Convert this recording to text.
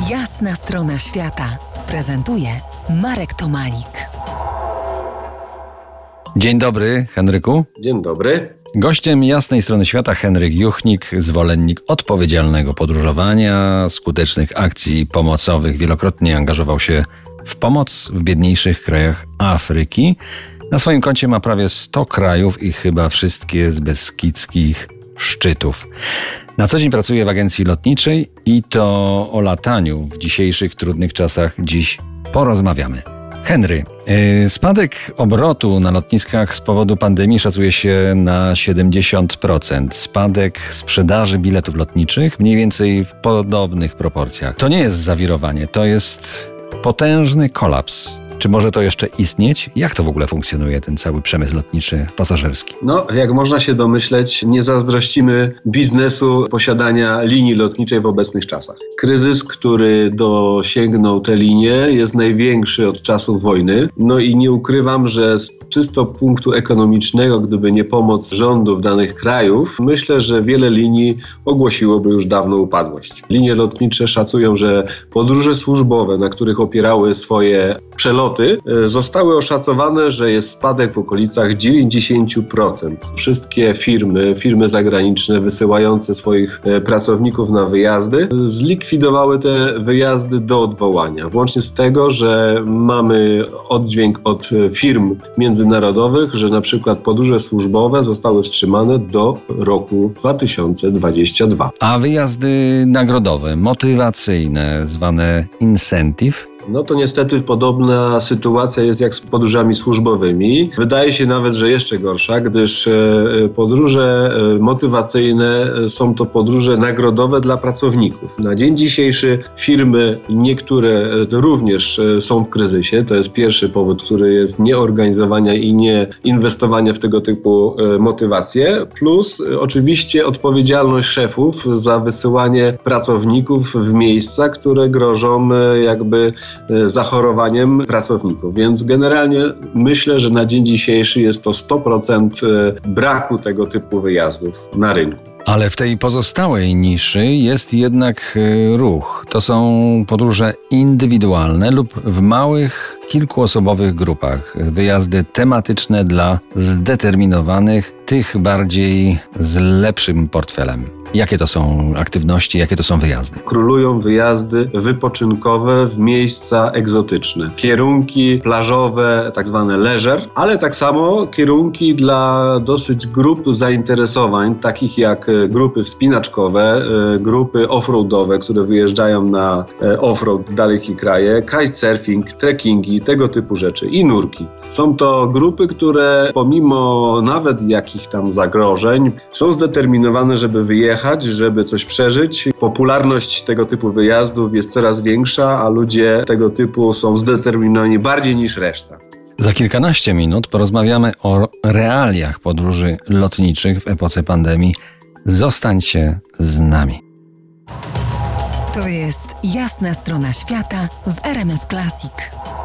Jasna strona świata prezentuje Marek Tomalik. Dzień dobry, Henryku. Dzień dobry. Gościem Jasnej Strony Świata Henryk Juchnik, zwolennik odpowiedzialnego podróżowania, skutecznych akcji pomocowych. Wielokrotnie angażował się w pomoc w biedniejszych krajach Afryki. Na swoim koncie ma prawie 100 krajów i chyba wszystkie z beskidzkich szczytów. Na co dzień pracuje w agencji lotniczej i to o lataniu w dzisiejszych trudnych czasach dziś porozmawiamy. Henry, spadek obrotu na lotniskach z powodu pandemii szacuje się na 70%. Spadek sprzedaży biletów lotniczych mniej więcej w podobnych proporcjach. To nie jest zawirowanie, to jest potężny kolaps. Czy może to jeszcze istnieć? Jak to w ogóle funkcjonuje, ten cały przemysł lotniczy pasażerski? Jak można się domyśleć, nie zazdrościmy biznesu posiadania linii lotniczej w obecnych czasach. Kryzys, który dosięgnął te linie, jest największy od czasów wojny. I nie ukrywam, że z czysto punktu ekonomicznego, gdyby nie pomoc rządów danych krajów, myślę, że wiele linii ogłosiłoby już dawno upadłość. Linie lotnicze szacują, że podróże służbowe, na których opierały swoje przeloty, zostały oszacowane, że jest spadek w okolicach 90%. Wszystkie firmy zagraniczne wysyłające swoich pracowników na wyjazdy zlikwidowały te wyjazdy do odwołania. Włącznie z tego, że mamy oddźwięk od firm międzynarodowych, że na przykład podróże służbowe zostały wstrzymane do roku 2022. A wyjazdy nagrodowe, motywacyjne, zwane incentive? To niestety podobna sytuacja jest jak z podróżami służbowymi. Wydaje się nawet, że jeszcze gorsza, gdyż podróże motywacyjne są to podróże nagrodowe dla pracowników. Na dzień dzisiejszy firmy niektóre również są w kryzysie. To jest pierwszy powód, który jest nieorganizowania i nie inwestowania w tego typu motywacje. Plus oczywiście odpowiedzialność szefów za wysyłanie pracowników w miejsca, które grożą zachorowaniem pracowników. Więc generalnie myślę, że na dzień dzisiejszy jest to 100% braku tego typu wyjazdów na rynku. Ale w tej pozostałej niszy jest jednak ruch. To są podróże indywidualne lub w małych, kilkuosobowych grupach. Wyjazdy tematyczne dla zdeterminowanych, tych bardziej z lepszym portfelem. Jakie to są aktywności, jakie to są wyjazdy? Królują wyjazdy wypoczynkowe w miejsca egzotyczne. Kierunki plażowe, tak zwane leisure, ale tak samo kierunki dla dosyć grup zainteresowań, takich jak grupy wspinaczkowe, grupy offroadowe, które wyjeżdżają na offroad w dalekie kraje, kitesurfing, trekkingi, tego typu rzeczy i nurki. Są to grupy, które pomimo nawet jakich tam zagrożeń są zdeterminowane, żeby wyjechać, żeby coś przeżyć. Popularność tego typu wyjazdów jest coraz większa, a ludzie tego typu są zdeterminowani bardziej niż reszta. Za kilkanaście minut porozmawiamy o realiach podróży lotniczych w epoce pandemii. Zostańcie z nami. To jest Jasna Strona Świata w RMF Classic.